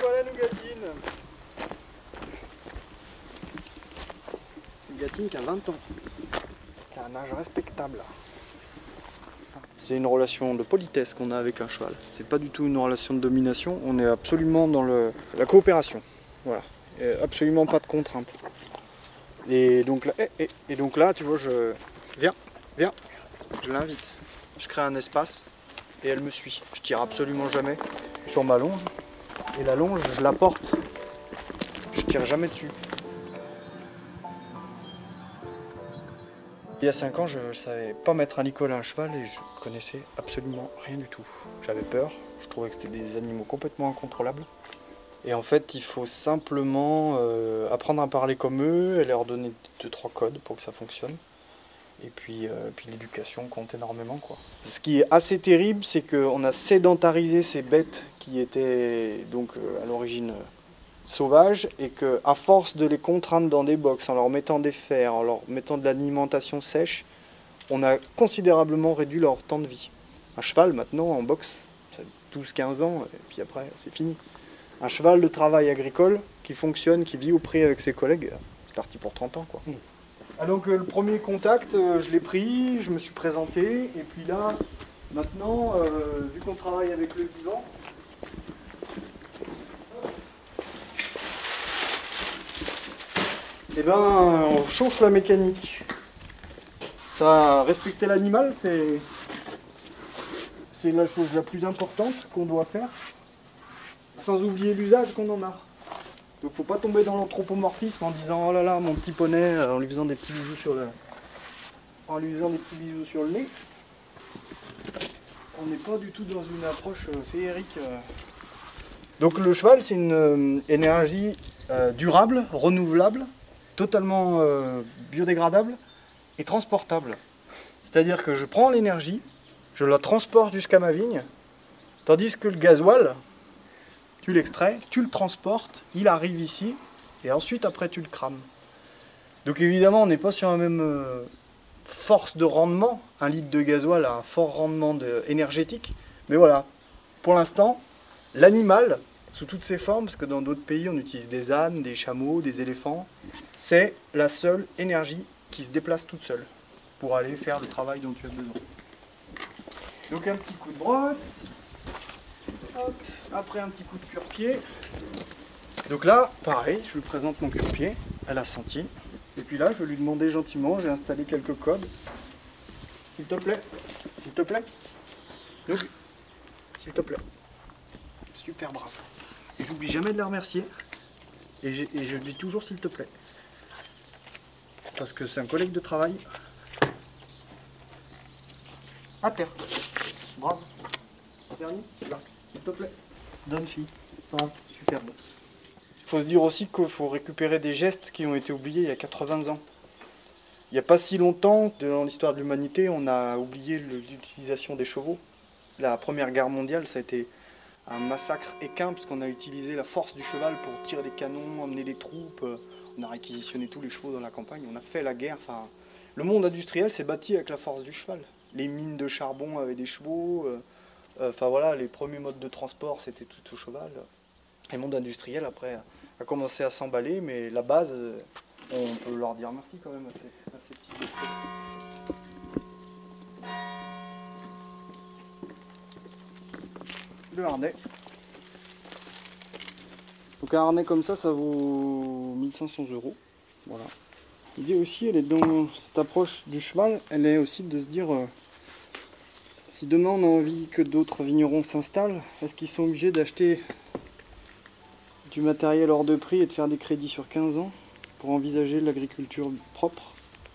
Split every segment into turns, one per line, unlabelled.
voilà Nougatine. Nougatine qui a 20 ans. Qui a un âge respectable. C'est une relation de politesse qu'on a avec un cheval. C'est pas du tout une relation de domination, on est absolument dans la coopération. Voilà. Et absolument pas de contraintes. Et donc là, tu vois, viens, je l'invite. Je crée un espace et elle me suit. Je tire absolument jamais sur ma longe. Et la longe, je la porte. Je tire jamais dessus. Il y a 5 ans, je ne savais pas mettre un licol à un cheval et je connaissais absolument rien du tout. J'avais peur, je trouvais que c'était des animaux complètement incontrôlables. Et en fait, il faut simplement apprendre à parler comme eux et leur donner 2-3 codes pour que ça fonctionne. Et puis l'éducation compte énormément, quoi. Ce qui est assez terrible, c'est qu'on a sédentarisé ces bêtes qui étaient donc à l'origine sauvages et qu'à force de les contraindre dans des box, en leur mettant des fers, en leur mettant de l'alimentation sèche, on a considérablement réduit leur temps de vie. Un cheval maintenant en box, ça a 12-15 ans et puis après c'est fini. Un cheval de travail agricole qui fonctionne, qui vit au pré avec ses collègues, c'est parti pour 30 ans, quoi. Ah, donc le premier contact, je l'ai pris, je me suis présenté et puis là, maintenant, vu qu'on travaille avec le vivant, eh ben, on chauffe la mécanique. Ça, respecter l'animal, c'est la chose la plus importante qu'on doit faire, sans oublier l'usage qu'on en a. Donc faut pas tomber dans l'anthropomorphisme en disant oh là là mon petit poney, en lui faisant des petits bisous sur le nez. On n'est pas du tout dans une approche féerique. Donc le cheval, c'est une énergie durable, renouvelable, totalement biodégradable et transportable. C'est-à-dire que je prends l'énergie, je la transporte jusqu'à ma vigne, tandis que le gasoil, tu l'extrais, tu le transportes, il arrive ici, et ensuite après tu le crames. Donc évidemment, on n'est pas sur la même force de rendement. Un litre de gasoil a un fort rendement énergétique, mais voilà, pour l'instant, l'animal, sous toutes ses formes, parce que dans d'autres pays on utilise des ânes, des chameaux, des éléphants, c'est la seule énergie qui se déplace toute seule pour aller faire le travail dont tu as besoin. Donc un petit coup de brosse, hop, après un petit coup de cure-pied. Donc là, pareil, je lui présente mon cure-pied, elle a senti, et puis là je vais lui demander gentiment, j'ai installé quelques codes. S'il te plaît, donc, s'il te plaît, super brave. Et j'oublie jamais de la remercier. Et je dis toujours s'il te plaît. Parce que c'est un collègue de travail. À terre. Bravo. Dernier, là, s'il te plaît. Donne fille. Bravo, super bon. Il faut se dire aussi qu'il faut récupérer des gestes qui ont été oubliés il y a 80 ans. Il n'y a pas si longtemps, dans l'histoire de l'humanité, on a oublié l'utilisation des chevaux. La Première Guerre mondiale, ça a été un massacre équin, parce qu'on a utilisé la force du cheval pour tirer des canons, emmener des troupes. On a réquisitionné tous les chevaux dans la campagne, on a fait la guerre. Enfin, le monde industriel s'est bâti avec la force du cheval. Les mines de charbon avaient des chevaux. Enfin voilà, les premiers modes de transport, c'était tout au cheval. Et le monde industriel, après, a commencé à s'emballer, mais la base, on peut leur dire merci quand même à ces petits esprits. Le harnais. Donc un harnais comme ça vaut 1500 €. Voilà. L'idée aussi, elle est dans cette approche du cheval, elle est aussi de se dire si demain on a envie que d'autres vignerons s'installent, est-ce qu'ils sont obligés d'acheter du matériel hors de prix et de faire des crédits sur 15 ans pour envisager l'agriculture propre?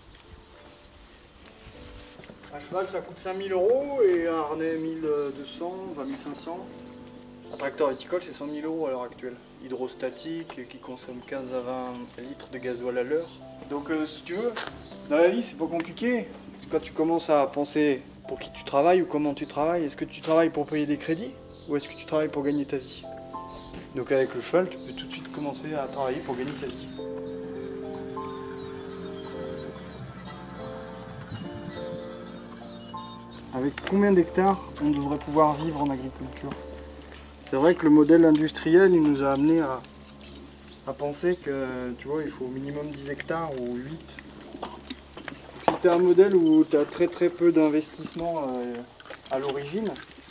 Un cheval ça coûte 5000 € et un harnais 1200, 1500. Un tracteur viticole c'est 100 000 € à l'heure actuelle. Hydrostatique qui consomme 15 à 20 litres de gasoil à l'heure. Donc si tu veux, dans la vie c'est pas compliqué. C'est quand tu commences à penser pour qui tu travailles ou comment tu travailles. Est-ce que tu travailles pour payer des crédits ou est-ce que tu travailles pour gagner ta vie? Donc avec le cheval tu peux tout de suite commencer à travailler pour gagner ta vie. Avec combien d'hectares on devrait pouvoir vivre en agriculture? C'est vrai que le modèle industriel, il nous a amené à penser que, tu vois, il faut au minimum 10 hectares ou 8. Donc, si tu as un modèle où tu as très peu d'investissement à l'origine,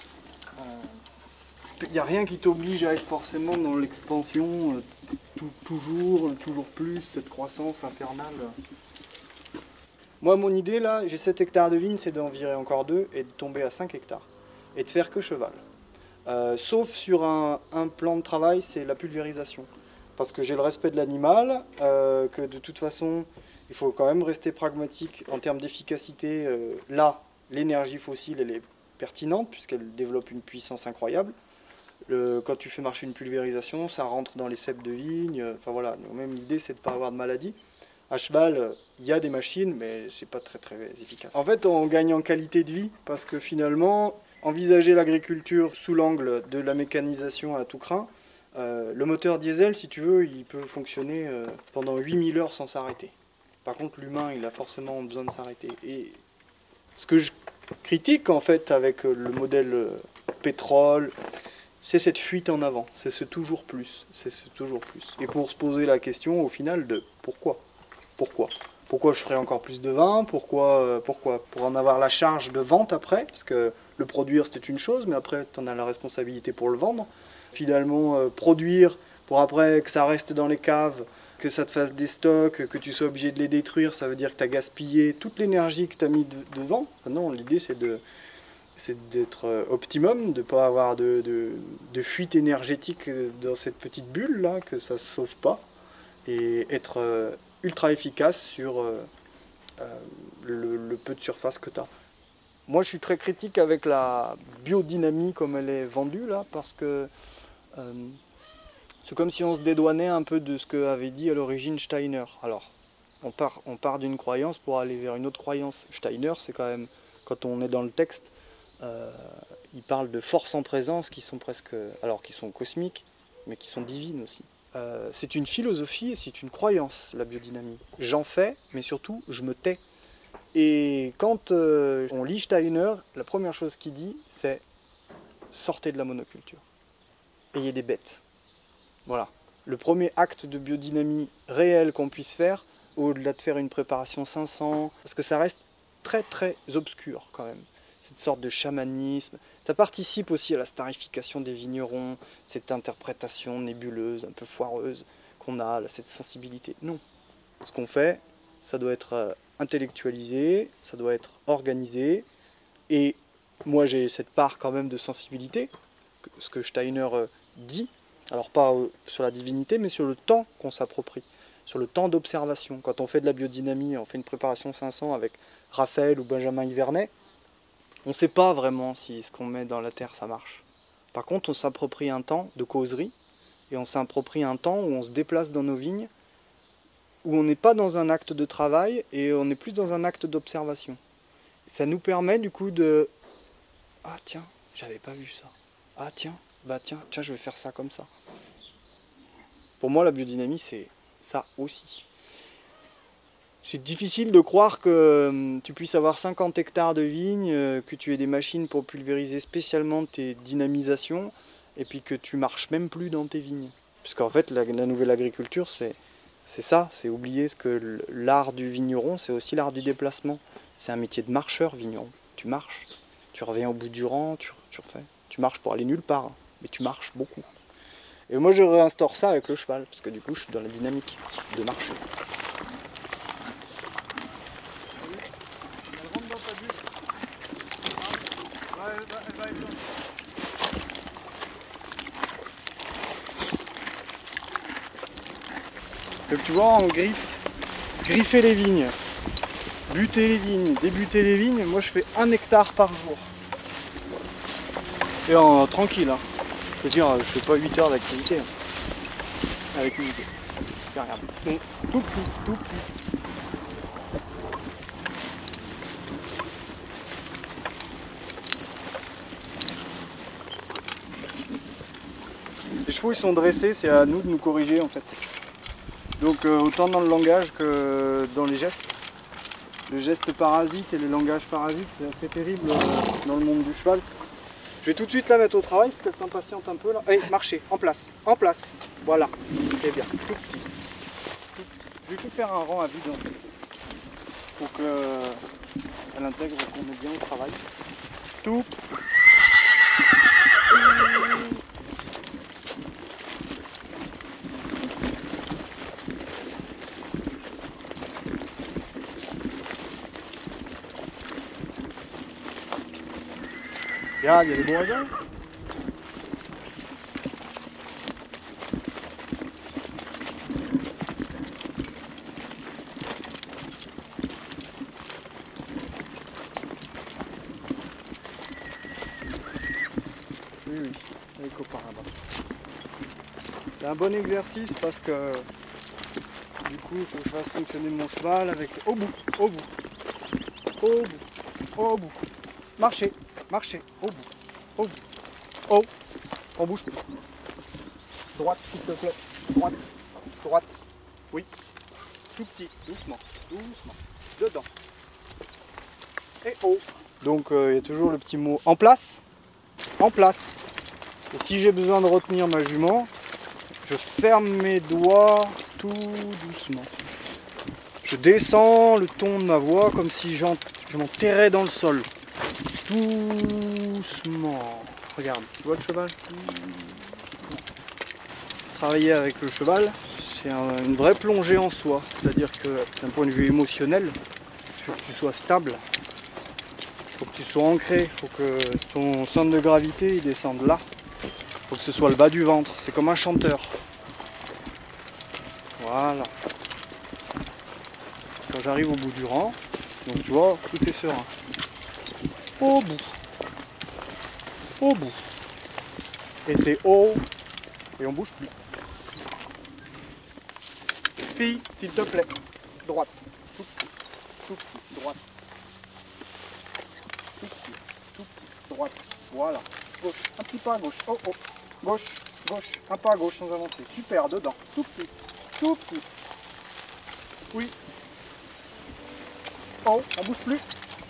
il n'y a rien qui t'oblige à être forcément dans l'expansion, toujours plus, cette croissance infernale. Moi, mon idée, là, j'ai 7 hectares de vignes, c'est d'en virer encore 2 et de tomber à 5 hectares. Et de faire que cheval. Sauf sur un plan de travail, c'est la pulvérisation. Parce que j'ai le respect de l'animal, que de toute façon, il faut quand même rester pragmatique en termes d'efficacité. Là, l'énergie fossile, elle est pertinente, puisqu'elle développe une puissance incroyable. Quand tu fais marcher une pulvérisation, ça rentre dans les ceps de vigne. Enfin voilà, même l'idée, c'est de ne pas avoir de maladie. À cheval, il y a des machines, mais c'est pas très efficace. En fait, on gagne en qualité de vie, parce que finalement, envisager l'agriculture sous l'angle de la mécanisation à tout crin, le moteur diesel, si tu veux, il peut fonctionner pendant 8000 heures sans s'arrêter. Par contre, l'humain, il a forcément besoin de s'arrêter. Et ce que je critique, en fait, avec le modèle pétrole, c'est cette fuite en avant, c'est ce toujours plus, Et pour se poser la question, au final, de pourquoi je ferais encore plus de vin? Pourquoi? Pour en avoir la charge de vente après, parce que le produire, c'était une chose, mais après, tu en as la responsabilité pour le vendre. Finalement, produire pour après que ça reste dans les caves, que ça te fasse des stocks, que tu sois obligé de les détruire, ça veut dire que tu as gaspillé toute l'énergie que tu as mis devant. Non, l'idée, c'est d'être optimum, de ne pas avoir de fuite énergétique dans cette petite bulle, là, que ça ne se sauve pas, et être ultra efficace sur le peu de surface que tu as. Moi, je suis très critique avec la biodynamie comme elle est vendue, là, parce que c'est comme si on se dédouanait un peu de ce qu'avait dit à l'origine Steiner. Alors, on part d'une croyance pour aller vers une autre croyance. Steiner, c'est quand même, quand on est dans le texte, il parle de forces en présence qui sont qui sont cosmiques, mais qui sont divines aussi. C'est une philosophie et c'est une croyance, la biodynamie. J'en fais, mais surtout, je me tais. Et quand on lit Steiner, la première chose qu'il dit, c'est « sortez de la monoculture, ayez des bêtes ». Voilà. Le premier acte de biodynamie réel qu'on puisse faire, au-delà de faire une préparation 500, parce que ça reste très obscur quand même. Cette sorte de chamanisme, ça participe aussi à la starification des vignerons, cette interprétation nébuleuse, un peu foireuse qu'on a, cette sensibilité. Non. Ce qu'on fait, ça doit être intellectualisé, ça doit être organisé, et moi j'ai cette part quand même de sensibilité, ce que Steiner dit, alors pas sur la divinité, mais sur le temps qu'on s'approprie, sur le temps d'observation. Quand on fait de la biodynamie, on fait une préparation 500 avec Raphaël ou Benjamin Ivernay, on ne sait pas vraiment si ce qu'on met dans la terre ça marche. Par contre, on s'approprie un temps de causerie, et on s'approprie un temps où on se déplace dans nos vignes, où on n'est pas dans un acte de travail, et on est plus dans un acte d'observation. Ça nous permet du coup de... Ah tiens, j'avais pas vu ça. Ah tiens, tiens, je vais faire ça comme ça. Pour moi, la biodynamie, c'est ça aussi. C'est difficile de croire que tu puisses avoir 50 hectares de vignes, que tu aies des machines pour pulvériser spécialement tes dynamisations, et puis que tu marches même plus dans tes vignes. Puisqu'en fait, la nouvelle agriculture, c'est ça, c'est oublier que l'art du vigneron, c'est aussi l'art du déplacement. C'est un métier de marcheur, vigneron. Tu marches, tu reviens au bout du rang, tu marches pour aller nulle part, mais tu marches beaucoup. Et moi, je réinstaure ça avec le cheval, parce que du coup, je suis dans la dynamique de marcher. Donc tu vois, on griffer les vignes, buter les vignes, débuter les vignes, moi je fais 1 hectare par jour. Et tranquille, hein. Je veux dire, je fais pas 8 heures d'activité. Hein. Avec une idée. Regarde. Tout petit. Les chevaux ils sont dressés, c'est à nous de nous corriger en fait. Donc autant dans le langage que dans les gestes. Le geste parasite et le langage parasite, c'est assez terrible dans le monde du cheval. Je vais tout de suite la mettre au travail parce qu'elle s'impatiente un peu là. Allez, marchez, en place, en place. Voilà, c'est bien, tout petit. Je vais tout faire un rang à vide en fait. Pour qu'elle intègre qu'on est bien au travail. Tout. Regarde, il y a des bons raisins. Oui, les copains là-bas. C'est un bon exercice parce que du coup il faut que je fasse fonctionner mon cheval avec au bout, au bout, au bout, au bout. Marchez, marchez, au bout, au bout. Oh, on bouge plus. Droite, s'il te plaît. Droite, droite. Oui. Tout petit, doucement, doucement. Dedans. Et oh. Donc il y a toujours le petit mot en place. En place. Et si j'ai besoin de retenir ma jument, je ferme mes doigts tout doucement. Je descends le ton de ma voix comme si je m'enterrais dans le sol. Doucement. Regarde, tu vois le cheval? Travailler avec le cheval, c'est une vraie plongée en soi. C'est-à-dire que d'un point de vue émotionnel, il faut que tu sois stable. Il faut que tu sois ancré. Il faut que ton centre de gravité il descende là. Il faut que ce soit le bas du ventre. C'est comme un chanteur. Voilà. Quand j'arrive au bout du rang, donc tu vois, tout est serein. Au bout. Au bout. Et c'est haut. Et on bouge plus. Fille, s'il te plaît. Droite. Tout petit. Droite. Tout petit. Droite. Voilà. Gauche. Un petit pas à gauche. Oh oh. Gauche. Gauche. Un pas à gauche sans avancer. Super. Dedans. Tout petit. Tout petit. Oui. Oh, on bouge plus.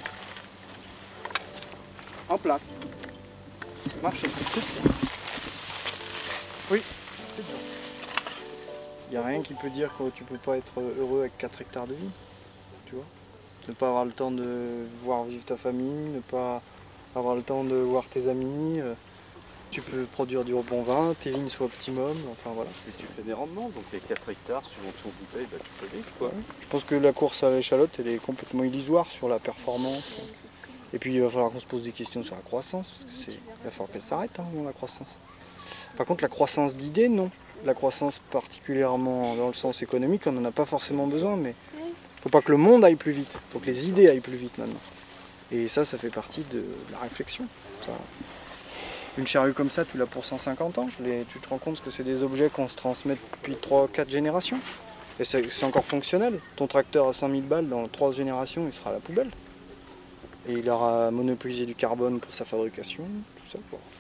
En place. Marchez. Tout petit. Oui. C'est bien. Il n'y a rien qui peut dire que tu peux pas être heureux avec 4 hectares de vie, tu vois. Ne pas avoir le temps de voir vivre ta famille, ne pas avoir le temps de voir tes amis, tu peux produire du bon vin, tes vignes sont optimum, enfin voilà.
Et tu fais des rendements, donc les 4 hectares, suivant ton bouteille, bah, tu peux vivre quoi.
Ouais. Je pense que la course à l'échalote, elle est complètement illusoire sur la performance. Et puis il va falloir qu'on se pose des questions sur la croissance, parce que il va falloir qu'elle s'arrête dans la croissance. Par contre, la croissance d'idées, non. La croissance particulièrement dans le sens économique, on n'en a pas forcément besoin, mais il ne faut pas que le monde aille plus vite, il faut que les idées aillent plus vite maintenant. Et ça fait partie de la réflexion. Ça. Une charrue comme ça, tu l'as pour 150 ans, tu te rends compte que c'est des objets qu'on se transmet depuis 3-4 générations. Et c'est encore fonctionnel. Ton tracteur à 100 000 balles, dans 3 générations, il sera à la poubelle. Et il aura monopolisé du carbone pour sa fabrication, tout ça. Quoi.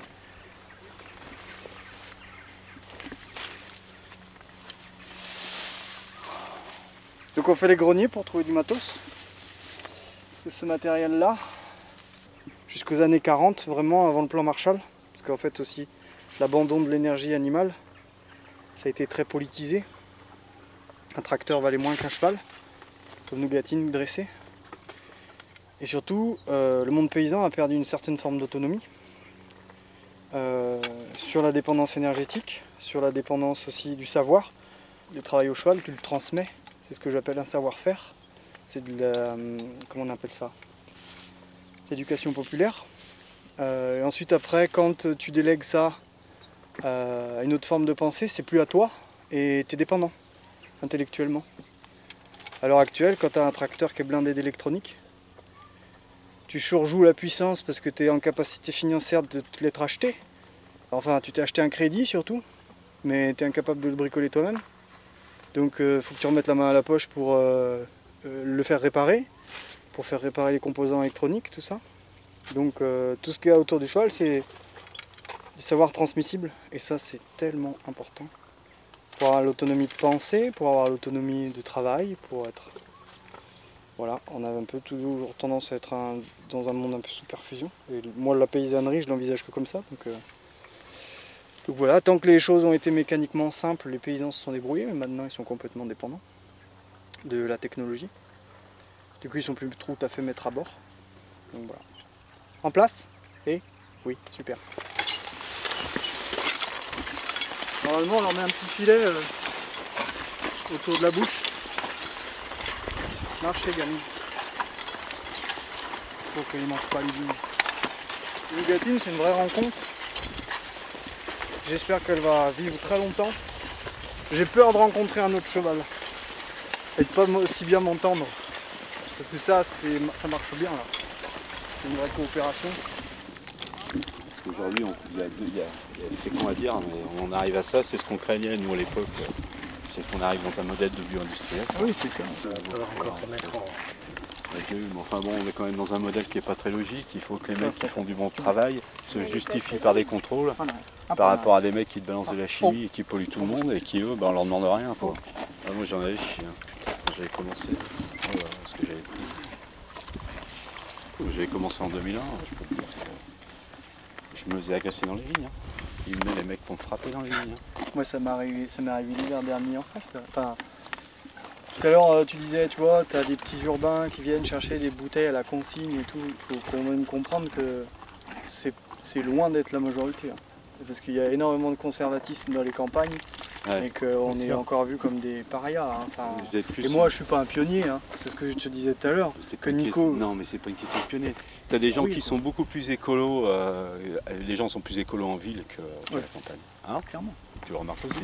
Donc on fait les greniers pour trouver du matos. De ce matériel-là, jusqu'aux années 40, vraiment avant le plan Marshall. Parce qu'en fait aussi, l'abandon de l'énergie animale, ça a été très politisé. Un tracteur valait moins qu'un cheval, comme nous Gatine dressé. Et surtout, le monde paysan a perdu une certaine forme d'autonomie. Sur la dépendance énergétique, sur la dépendance aussi du savoir. Le travail au cheval, tu le transmets. C'est ce que j'appelle un savoir-faire. C'est de la... comment on appelle ça? L'éducation populaire. Et ensuite après, quand tu délègues ça à une autre forme de pensée, c'est plus à toi et tu es dépendant intellectuellement. À l'heure actuelle, quand tu as un tracteur qui est blindé d'électronique, tu surjoues la puissance parce que tu es en capacité financière de te l'être acheté. Enfin, tu t'es acheté un crédit surtout, mais tu es incapable de le bricoler toi-même. Donc il faut que tu remettes la main à la poche pour le faire réparer, pour faire réparer les composants électroniques, tout ça. Donc tout ce qu'il y a autour du cheval, c'est du savoir transmissible. Et ça, c'est tellement important. Pour avoir l'autonomie de pensée, pour avoir l'autonomie de travail, pour être Voilà, on a un peu toujours tendance à être dans un monde un peu sous perfusion. Et moi, la paysannerie, je l'envisage que comme ça. Donc voilà, tant que les choses ont été mécaniquement simples, les paysans se sont débrouillés, mais maintenant ils sont complètement dépendants de la technologie. Du coup, ils sont plus trop tout à fait maîtres à bord. Donc voilà. En place? Et oui, super. Normalement, on leur met un petit filet autour de la bouche. Marchez, gamine. Faut qu'ils ne mangent pas les vignes. L'Ougatine, c'est une vraie rencontre. J'espère qu'elle va vivre très longtemps. J'ai peur de rencontrer un autre cheval et de pas aussi bien m'entendre. Parce que ça marche bien là. C'est une vraie coopération.
Aujourd'hui, c'est con à dire, mais on arrive à ça, c'est ce qu'on craignait nous à l'époque. C'est qu'on arrive dans un modèle de bio-industriel.
Ah oui, c'est ça.
Ça va encore se mettre en...
Mais enfin bon, on est quand même dans un modèle qui n'est pas très logique. Il faut que les mecs qui font du bon travail se justifient par des contrôles par rapport à des mecs qui te balancent de la chimie et qui polluent tout le monde et qui eux, on leur demande rien. Quoi. Ah, moi j'en avais chié quand j'avais commencé. Voilà, ce que j'avais commencé en 2001. Je peux te dire que je me faisais agresser dans les vignes. Il me met les mecs pour me frapper dans les lignes.
Moi ça m'est arrivé l'hiver dernier en face. Enfin, tout à l'heure tu disais, tu vois, tu as des petits urbains qui viennent chercher des bouteilles à la consigne et tout. Il faut quand même comprendre que c'est loin d'être la majorité. Hein. Parce qu'il y a énormément de conservatisme dans les campagnes et qu'on est encore vu comme des parias. Hein. Enfin, et moi je suis pas un pionnier, hein. C'est ce que je te disais tout à l'heure. Que Nico...
Non mais c'est pas une question de pionnier. Tu as des gens qui sont beaucoup plus écolos, les gens sont plus écolos en ville que la campagne. Hein, clairement. Tu le remarques aussi.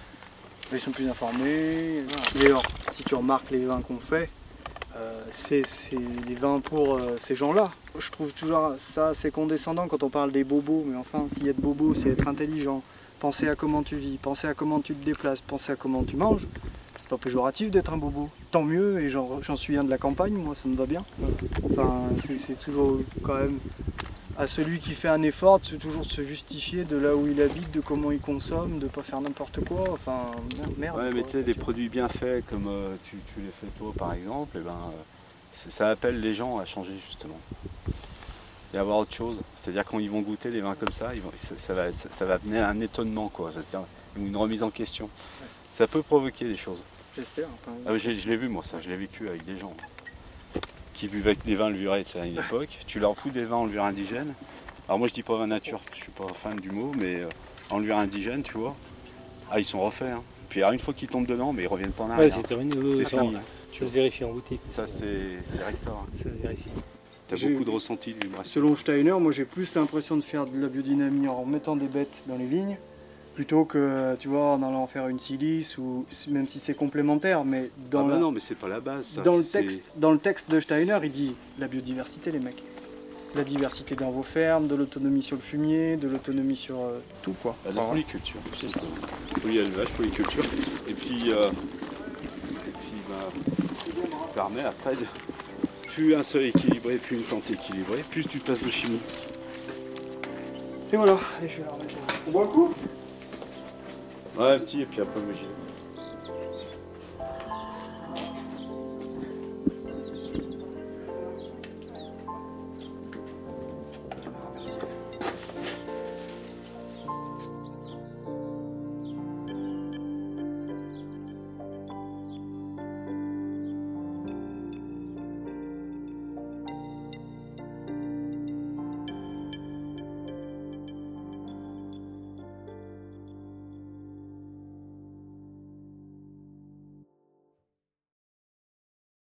Ils sont plus informés. D'ailleurs, si tu remarques les vins qu'on fait, c'est les vins pour ces gens-là. Je trouve toujours ça assez condescendant quand on parle des bobos, mais enfin, s'il y a de bobos, c'est être intelligent. Penser à comment tu vis, penser à comment tu te déplaces, penser à comment tu manges. C'est pas péjoratif d'être un bobo. Tant mieux, et j'en suis un de la campagne, moi ça me va bien. Enfin, c'est toujours quand même à celui qui fait un effort de toujours se justifier de là où il habite, de comment il consomme, de pas faire n'importe quoi. Enfin, merde.
Ouais, mais tu sais, des produits bien faits comme tu les fais toi par exemple, et ça appelle les gens à changer justement. Et à avoir autre chose. C'est-à-dire quand ils vont goûter des vins comme ça, ça va amener un étonnement, quoi. C'est-à-dire une remise en question. Ouais. Ça peut provoquer des choses.
J'espère.
Ah, je l'ai vu moi ça, je l'ai vécu avec des gens qui buvaient des vins levurés à une époque. Tu leur fous des vins en levure indigène. Alors moi je dis pas vin nature, je suis pas fan du mot, mais en levure indigène, tu vois, ils sont refaits. Hein. Puis alors, une fois qu'ils tombent dedans, mais ils reviennent pas en arrière.
Ouais, c'est terminé.
C'est fini.
Ça se vérifie en boutique.
Ça c'est rector.
Ça se vérifie.
Tu as beaucoup de ressentis de vibration.
Selon Steiner, moi j'ai plus l'impression de faire de la biodynamie en mettant des bêtes dans les vignes, plutôt que, tu vois, en allant faire une silice, ou même si c'est complémentaire, mais dans
non, mais c'est pas la base. Ça,
dans le texte de Steiner, il dit la biodiversité, les mecs. La diversité dans vos fermes, de l'autonomie sur le fumier, de l'autonomie sur tout, quoi.
La polyculture, c'est ça. Polyélevage, polyculture. Et puis ça permet après de... Plus un sol équilibré, plus une plante équilibrée, plus tu passes de chimie.
Et voilà, et je vais la remettre. On boit un coup ?
Ouais, un petit, et puis après moi j'y vais.